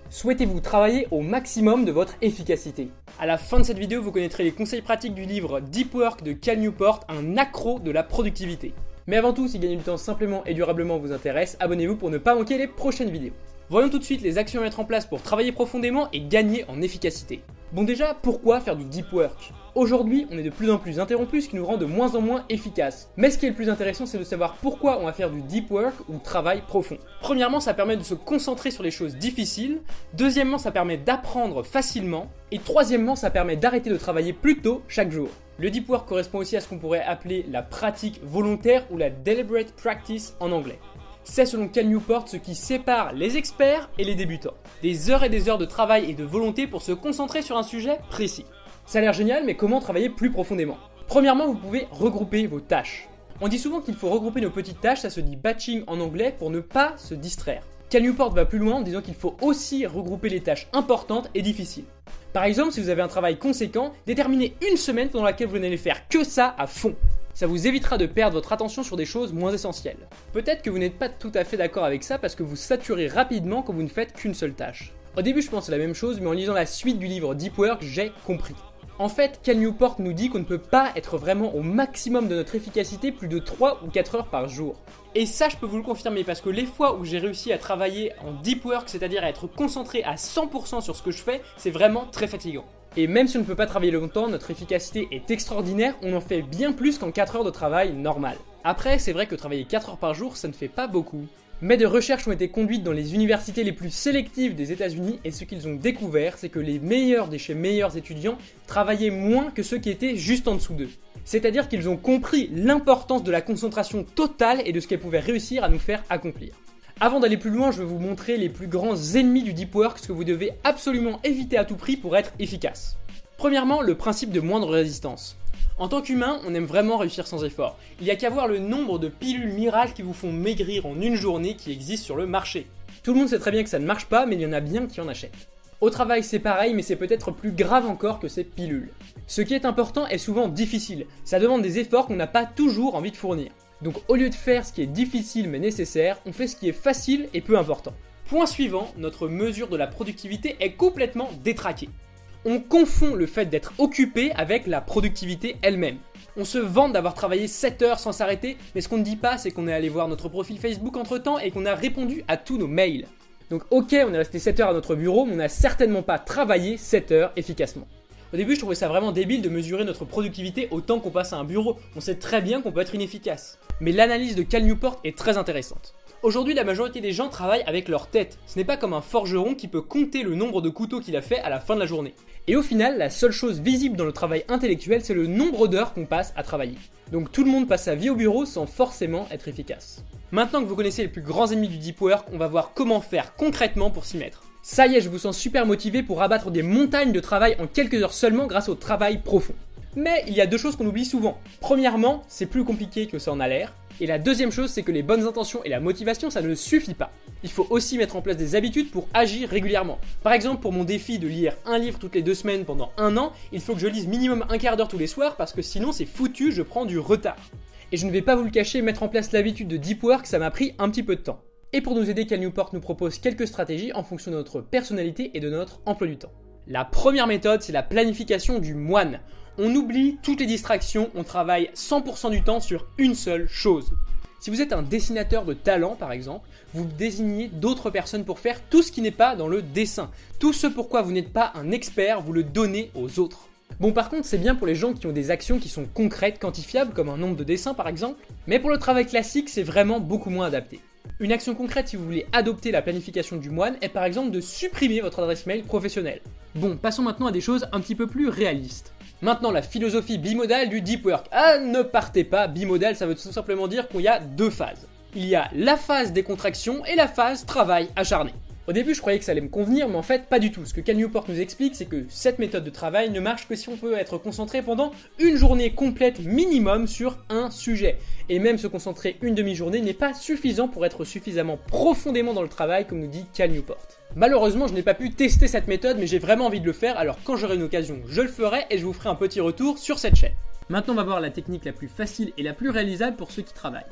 Souhaitez-vous travailler au maximum de votre efficacité? À la fin de cette vidéo, vous connaîtrez les conseils pratiques du livre Deep Work de Cal Newport, un accro de la productivité. Mais avant tout, si gagner du temps simplement et durablement vous intéresse, abonnez-vous pour ne pas manquer les prochaines vidéos. Voyons tout de suite les actions à mettre en place pour travailler profondément et gagner en efficacité. Bon déjà, pourquoi faire du deep work? Aujourd'hui, on est de plus en plus interrompu, ce qui nous rend de moins en moins efficaces. Mais ce qui est le plus intéressant, c'est de savoir pourquoi on va faire du deep work ou travail profond. Premièrement, ça permet de se concentrer sur les choses difficiles. Deuxièmement, ça permet d'apprendre facilement. Et troisièmement, ça permet d'arrêter de travailler plus tôt chaque jour. Le deep work correspond aussi à ce qu'on pourrait appeler la pratique volontaire ou la deliberate practice en anglais. C'est selon Cal Newport ce qui sépare les experts et les débutants. Des heures et des heures de travail et de volonté pour se concentrer sur un sujet précis. Ça a l'air génial, mais comment travailler plus profondément? Premièrement, vous pouvez regrouper vos tâches. On dit souvent qu'il faut regrouper nos petites tâches, ça se dit batching en anglais, pour ne pas se distraire. Cal Newport va plus loin en disant qu'il faut aussi regrouper les tâches importantes et difficiles. Par exemple, si vous avez un travail conséquent, déterminez une semaine pendant laquelle vous n'allez faire que ça à fond. Ça vous évitera de perdre votre attention sur des choses moins essentielles. Peut-être que vous n'êtes pas tout à fait d'accord avec ça parce que vous saturez rapidement quand vous ne faites qu'une seule tâche. Au début, je pensais la même chose, mais en lisant la suite du livre Deep Work, j'ai compris. En fait, Cal Newport nous dit qu'on ne peut pas être vraiment au maximum de notre efficacité plus de 3 ou 4 heures par jour. Et ça, je peux vous le confirmer parce que les fois où j'ai réussi à travailler en deep work, c'est-à-dire à être concentré à 100% sur ce que je fais, c'est vraiment très fatigant. Et même si on ne peut pas travailler longtemps, notre efficacité est extraordinaire, on en fait bien plus qu'en 4 heures de travail normal. Après, c'est vrai que travailler 4 heures par jour, ça ne fait pas beaucoup. Mais des recherches ont été conduites dans les universités les plus sélectives des États-Unis et ce qu'ils ont découvert, c'est que les meilleurs des chez meilleurs étudiants travaillaient moins que ceux qui étaient juste en dessous d'eux. C'est-à-dire qu'ils ont compris l'importance de la concentration totale et de ce qu'elle pouvait réussir à nous faire accomplir. Avant d'aller plus loin, je vais vous montrer les plus grands ennemis du deep work, ce que vous devez absolument éviter à tout prix pour être efficace. Premièrement, le principe de moindre résistance. En tant qu'humain, on aime vraiment réussir sans effort. Il n'y a qu'à voir le nombre de pilules miracles qui vous font maigrir en une journée qui existent sur le marché. Tout le monde sait très bien que ça ne marche pas, mais il y en a bien qui en achètent. Au travail, c'est pareil, mais c'est peut-être plus grave encore que ces pilules. Ce qui est important est souvent difficile. Ça demande des efforts qu'on n'a pas toujours envie de fournir. Donc au lieu de faire ce qui est difficile mais nécessaire, on fait ce qui est facile et peu important. Point suivant, notre mesure de la productivité est complètement détraquée. On confond le fait d'être occupé avec la productivité elle-même. On se vante d'avoir travaillé 7 heures sans s'arrêter, mais ce qu'on ne dit pas, c'est qu'on est allé voir notre profil Facebook entre-temps et qu'on a répondu à tous nos mails. Donc ok, on est resté 7 heures à notre bureau, mais on n'a certainement pas travaillé 7 heures efficacement. Au début, je trouvais ça vraiment débile de mesurer notre productivité au temps qu'on passe à un bureau. On sait très bien qu'on peut être inefficace. Mais l'analyse de Cal Newport est très intéressante. Aujourd'hui, la majorité des gens travaillent avec leur tête. Ce n'est pas comme un forgeron qui peut compter le nombre de couteaux qu'il a fait à la fin de la journée. Et au final, la seule chose visible dans le travail intellectuel, c'est le nombre d'heures qu'on passe à travailler. Donc tout le monde passe sa vie au bureau sans forcément être efficace. Maintenant que vous connaissez les plus grands ennemis du deep work, on va voir comment faire concrètement pour s'y mettre. Ça y est, je vous sens super motivé pour abattre des montagnes de travail en quelques heures seulement grâce au travail profond. Mais il y a deux choses qu'on oublie souvent. Premièrement, c'est plus compliqué que ça en a l'air. Et la deuxième chose, c'est que les bonnes intentions et la motivation, ça ne suffit pas. Il faut aussi mettre en place des habitudes pour agir régulièrement. Par exemple, pour mon défi de lire un livre toutes les 2 semaines pendant 1 an, il faut que je lise minimum un quart d'heure tous les soirs parce que sinon c'est foutu, je prends du retard. Et je ne vais pas vous le cacher, mettre en place l'habitude de deep work, ça m'a pris un petit peu de temps. Et pour nous aider, Cal Newport nous propose quelques stratégies en fonction de notre personnalité et de notre emploi du temps. La première méthode, c'est la planification du moine. On oublie toutes les distractions, on travaille 100% du temps sur une seule chose. Si vous êtes un dessinateur de talent par exemple, vous désignez d'autres personnes pour faire tout ce qui n'est pas dans le dessin. Tout ce pourquoi vous n'êtes pas un expert, vous le donnez aux autres. Bon par contre c'est bien pour les gens qui ont des actions qui sont concrètes, quantifiables, comme un nombre de dessins par exemple, mais pour le travail classique c'est vraiment beaucoup moins adapté. Une action concrète si vous voulez adopter la planification du moine est par exemple de supprimer votre adresse mail professionnelle. Bon, passons maintenant à des choses un petit peu plus réalistes. Maintenant, la philosophie bimodale du deep work. Ah, ne partez pas, bimodal, ça veut tout simplement dire qu'il y a 2 phases. Il y a la phase décontraction et la phase travail acharné. Au début, je croyais que ça allait me convenir, mais en fait, pas du tout. Ce que Cal Newport nous explique, c'est que cette méthode de travail ne marche que si on peut être concentré pendant une journée complète minimum sur un sujet. Et même se concentrer une demi-journée n'est pas suffisant pour être suffisamment profondément dans le travail, comme nous dit Cal Newport. Malheureusement, je n'ai pas pu tester cette méthode, mais j'ai vraiment envie de le faire, alors quand j'aurai une occasion, je le ferai et je vous ferai un petit retour sur cette chaîne. Maintenant, on va voir la technique la plus facile et la plus réalisable pour ceux qui travaillent.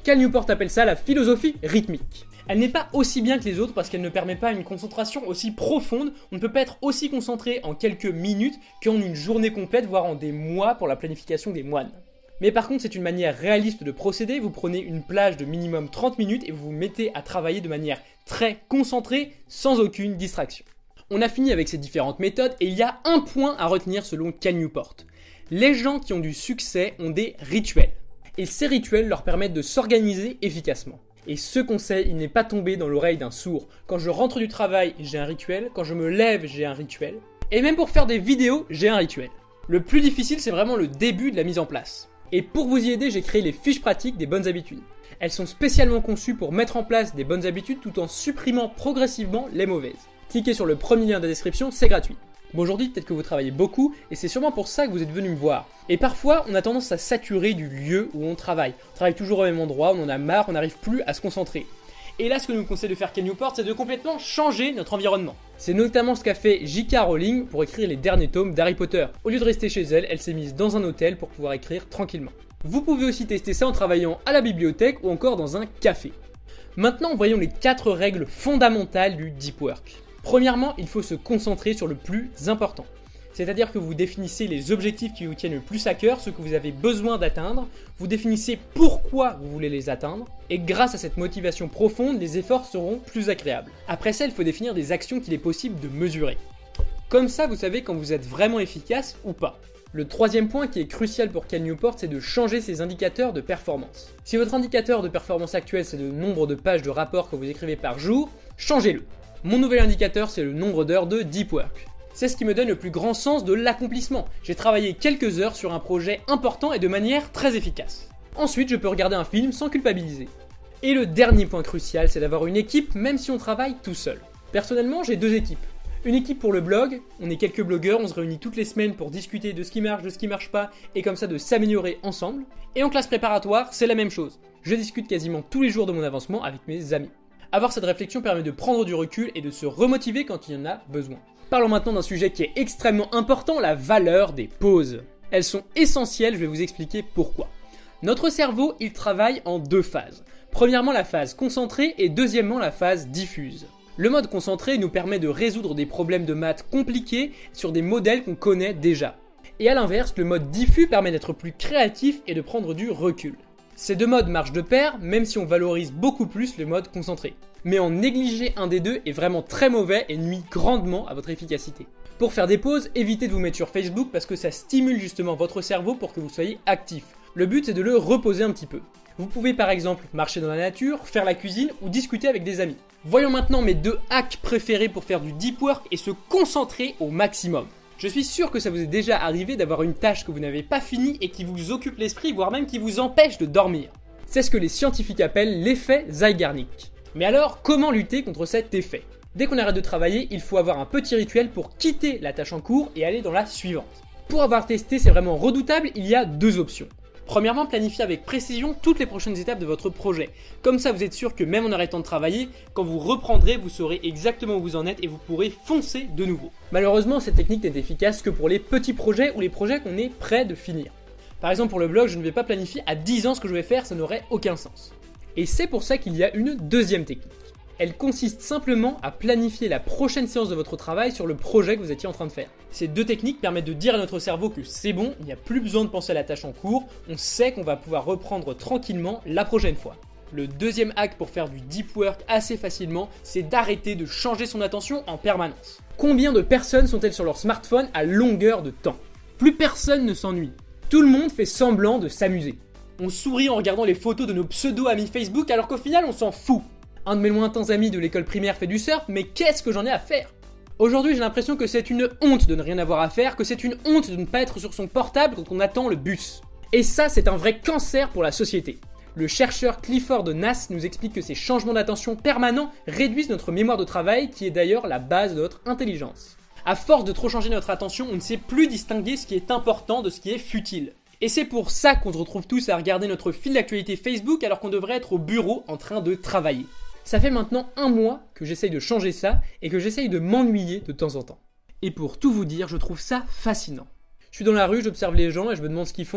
Cal Newport appelle ça la philosophie rythmique. Elle n'est pas aussi bien que les autres parce qu'elle ne permet pas une concentration aussi profonde, on ne peut pas être aussi concentré en quelques minutes qu'en une journée complète, voire en des mois pour la planification des moines. Mais par contre, c'est une manière réaliste de procéder, vous prenez une plage de minimum 30 minutes et vous vous mettez à travailler de manière très concentrée, sans aucune distraction. On a fini avec ces différentes méthodes et il y a un point à retenir selon Cal Newport. Les gens qui ont du succès ont des rituels. Et ces rituels leur permettent de s'organiser efficacement. Et ce conseil, il n'est pas tombé dans l'oreille d'un sourd. Quand je rentre du travail, j'ai un rituel. Quand je me lève, j'ai un rituel. Et même pour faire des vidéos, j'ai un rituel. Le plus difficile, c'est vraiment le début de la mise en place. Et pour vous y aider, j'ai créé les fiches pratiques des bonnes habitudes. Elles sont spécialement conçues pour mettre en place des bonnes habitudes tout en supprimant progressivement les mauvaises. Cliquez sur le premier lien de la description, c'est gratuit. Bon, aujourd'hui, peut-être que vous travaillez beaucoup et c'est sûrement pour ça que vous êtes venu me voir. Et parfois, on a tendance à saturer du lieu où on travaille. On travaille toujours au même endroit, on en a marre, on n'arrive plus à se concentrer. Et là, ce que nous conseille de faire Cal Newport, c'est de complètement changer notre environnement. C'est notamment ce qu'a fait J.K. Rowling pour écrire les derniers tomes d'Harry Potter. Au lieu de rester chez elle, elle s'est mise dans un hôtel pour pouvoir écrire tranquillement. Vous pouvez aussi tester ça en travaillant à la bibliothèque ou encore dans un café. Maintenant, voyons les 4 règles fondamentales du deep work. Premièrement, il faut se concentrer sur le plus important. C'est-à-dire que vous définissez les objectifs qui vous tiennent le plus à cœur, ceux que vous avez besoin d'atteindre, vous définissez pourquoi vous voulez les atteindre, et grâce à cette motivation profonde, les efforts seront plus agréables. Après ça, il faut définir des actions qu'il est possible de mesurer. Comme ça, vous savez quand vous êtes vraiment efficace ou pas. Le troisième point qui est crucial pour Cal Newport, c'est de changer ses indicateurs de performance. Si votre indicateur de performance actuel, c'est le nombre de pages de rapport que vous écrivez par jour, changez-le. Mon nouvel indicateur, c'est le nombre d'heures de deep work. C'est ce qui me donne le plus grand sens de l'accomplissement. J'ai travaillé quelques heures sur un projet important et de manière très efficace. Ensuite, je peux regarder un film sans culpabiliser. Et le dernier point crucial, c'est d'avoir une équipe même si on travaille tout seul. Personnellement, j'ai 2 équipes. Une équipe pour le blog, on est quelques blogueurs, on se réunit toutes les semaines pour discuter de ce qui marche pas, et comme ça de s'améliorer ensemble. Et en classe préparatoire, c'est la même chose. Je discute quasiment tous les jours de mon avancement avec mes amis. Avoir cette réflexion permet de prendre du recul et de se remotiver quand il y en a besoin. Parlons maintenant d'un sujet qui est extrêmement important, la valeur des pauses. Elles sont essentielles, je vais vous expliquer pourquoi. Notre cerveau, il travaille en 2 phases. Premièrement, la phase concentrée et deuxièmement, la phase diffuse. Le mode concentré nous permet de résoudre des problèmes de maths compliqués sur des modèles qu'on connaît déjà. Et à l'inverse, le mode diffus permet d'être plus créatif et de prendre du recul. Ces 2 modes marchent de pair, même si on valorise beaucoup plus le mode concentré. Mais en négliger un des 2 est vraiment très mauvais et nuit grandement à votre efficacité. Pour faire des pauses, évitez de vous mettre sur Facebook parce que ça stimule justement votre cerveau pour que vous soyez actif. Le but c'est de le reposer un petit peu. Vous pouvez par exemple marcher dans la nature, faire la cuisine ou discuter avec des amis. Voyons maintenant mes 2 hacks préférés pour faire du deep work et se concentrer au maximum. Je suis sûr que ça vous est déjà arrivé d'avoir une tâche que vous n'avez pas finie et qui vous occupe l'esprit, voire même qui vous empêche de dormir. C'est ce que les scientifiques appellent l'effet Zeigarnik. Mais alors, comment lutter contre cet effet ? Dès qu'on arrête de travailler, il faut avoir un petit rituel pour quitter la tâche en cours et aller dans la suivante. Pour avoir testé, c'est vraiment redoutable, il y a 2 options. Premièrement, planifiez avec précision toutes les prochaines étapes de votre projet. Comme ça, vous êtes sûr que même en arrêtant de travailler, quand vous reprendrez, vous saurez exactement où vous en êtes et vous pourrez foncer de nouveau. Malheureusement, cette technique n'est efficace que pour les petits projets ou les projets qu'on est prêt de finir. Par exemple, pour le blog, je ne vais pas planifier à 10 ans ce que je vais faire, ça n'aurait aucun sens. Et c'est pour ça qu'il y a une deuxième technique. Elle consiste simplement à planifier la prochaine séance de votre travail sur le projet que vous étiez en train de faire. Ces 2 techniques permettent de dire à notre cerveau que c'est bon, il n'y a plus besoin de penser à la tâche en cours, on sait qu'on va pouvoir reprendre tranquillement la prochaine fois. Le deuxième hack pour faire du deep work assez facilement, c'est d'arrêter de changer son attention en permanence. Combien de personnes sont-elles sur leur smartphone à longueur de temps ? Plus personne ne s'ennuie. Tout le monde fait semblant de s'amuser. On sourit en regardant les photos de nos pseudo-amis Facebook alors qu'au final on s'en fout. Un de mes lointains amis de l'école primaire fait du surf, mais qu'est-ce que j'en ai à faire ? Aujourd'hui, j'ai l'impression que c'est une honte de ne rien avoir à faire, que c'est une honte de ne pas être sur son portable quand on attend le bus. Et ça, c'est un vrai cancer pour la société. Le chercheur Clifford Nass nous explique que ces changements d'attention permanents réduisent notre mémoire de travail, qui est d'ailleurs la base de notre intelligence. À force de trop changer notre attention, on ne sait plus distinguer ce qui est important de ce qui est futile. Et c'est pour ça qu'on se retrouve tous à regarder notre fil d'actualité Facebook alors qu'on devrait être au bureau en train de travailler. Ça fait maintenant 1 mois que j'essaye de changer ça et que j'essaye de m'ennuyer de temps en temps. Et pour tout vous dire, je trouve ça fascinant. Je suis dans la rue, j'observe les gens et je me demande ce qu'ils font.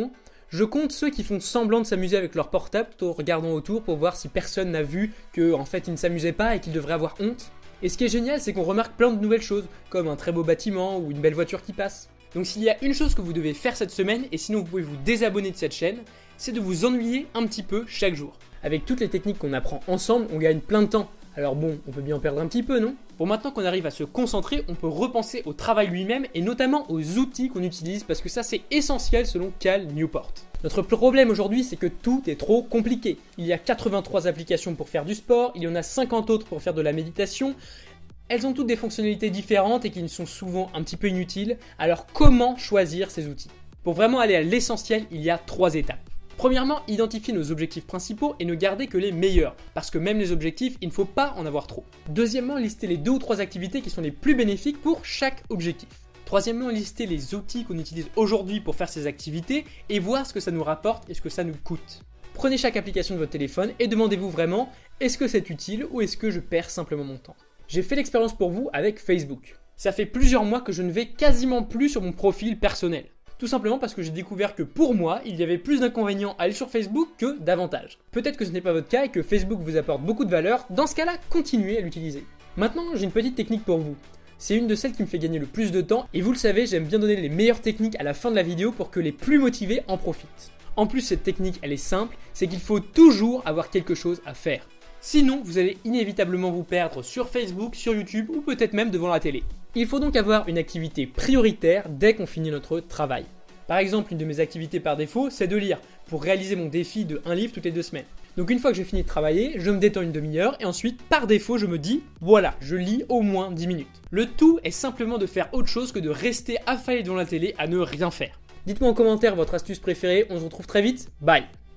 Je compte ceux qui font semblant de s'amuser avec leur portable tout en regardant autour pour voir si personne n'a vu qu'en fait ils ne s'amusaient pas et qu'ils devraient avoir honte. Et ce qui est génial, c'est qu'on remarque plein de nouvelles choses, comme un très beau bâtiment ou une belle voiture qui passe. Donc s'il y a une chose que vous devez faire cette semaine, et sinon vous pouvez vous désabonner de cette chaîne, c'est de vous ennuyer un petit peu chaque jour. Avec toutes les techniques qu'on apprend ensemble, on gagne plein de temps. Alors bon, on peut bien en perdre un petit peu, non? Bon, maintenant qu'on arrive à se concentrer, on peut repenser au travail lui-même et notamment aux outils qu'on utilise parce que ça c'est essentiel selon Cal Newport. Notre problème aujourd'hui, c'est que tout est trop compliqué. Il y a 83 applications pour faire du sport, il y en a 50 autres pour faire de la méditation. Elles ont toutes des fonctionnalités différentes et qui sont souvent un petit peu inutiles. Alors comment choisir ces outils? Pour vraiment aller à l'essentiel, il y a 3 étapes. Premièrement, identifier nos objectifs principaux et ne garder que les meilleurs, parce que même les objectifs, il ne faut pas en avoir trop. Deuxièmement, lister les 2 ou 3 activités qui sont les plus bénéfiques pour chaque objectif. Troisièmement, lister les outils qu'on utilise aujourd'hui pour faire ces activités et voir ce que ça nous rapporte et ce que ça nous coûte. Prenez chaque application de votre téléphone et demandez-vous vraiment, est-ce que c'est utile ou est-ce que je perds simplement mon temps? J'ai fait l'expérience pour vous avec Facebook. Ça fait plusieurs mois que je ne vais quasiment plus sur mon profil personnel. Tout simplement parce que j'ai découvert que pour moi, il y avait plus d'inconvénients à aller sur Facebook que d'avantages. Peut-être que ce n'est pas votre cas et que Facebook vous apporte beaucoup de valeur, dans ce cas-là, continuez à l'utiliser. Maintenant, j'ai une petite technique pour vous. C'est une de celles qui me fait gagner le plus de temps et vous le savez, j'aime bien donner les meilleures techniques à la fin de la vidéo pour que les plus motivés en profitent. En plus, cette technique, elle est simple, c'est qu'il faut toujours avoir quelque chose à faire. Sinon, vous allez inévitablement vous perdre sur Facebook, sur YouTube ou peut-être même devant la télé. Il faut donc avoir une activité prioritaire dès qu'on finit notre travail. Par exemple, une de mes activités par défaut, c'est de lire, pour réaliser mon défi de 1 livre toutes les 2 semaines. Donc une fois que j'ai fini de travailler, je me détends une demi-heure et ensuite, par défaut, je me dis, voilà, je lis au moins 10 minutes. Le tout est simplement de faire autre chose que de rester affalé devant la télé à ne rien faire. Dites-moi en commentaire votre astuce préférée, on se retrouve très vite, bye!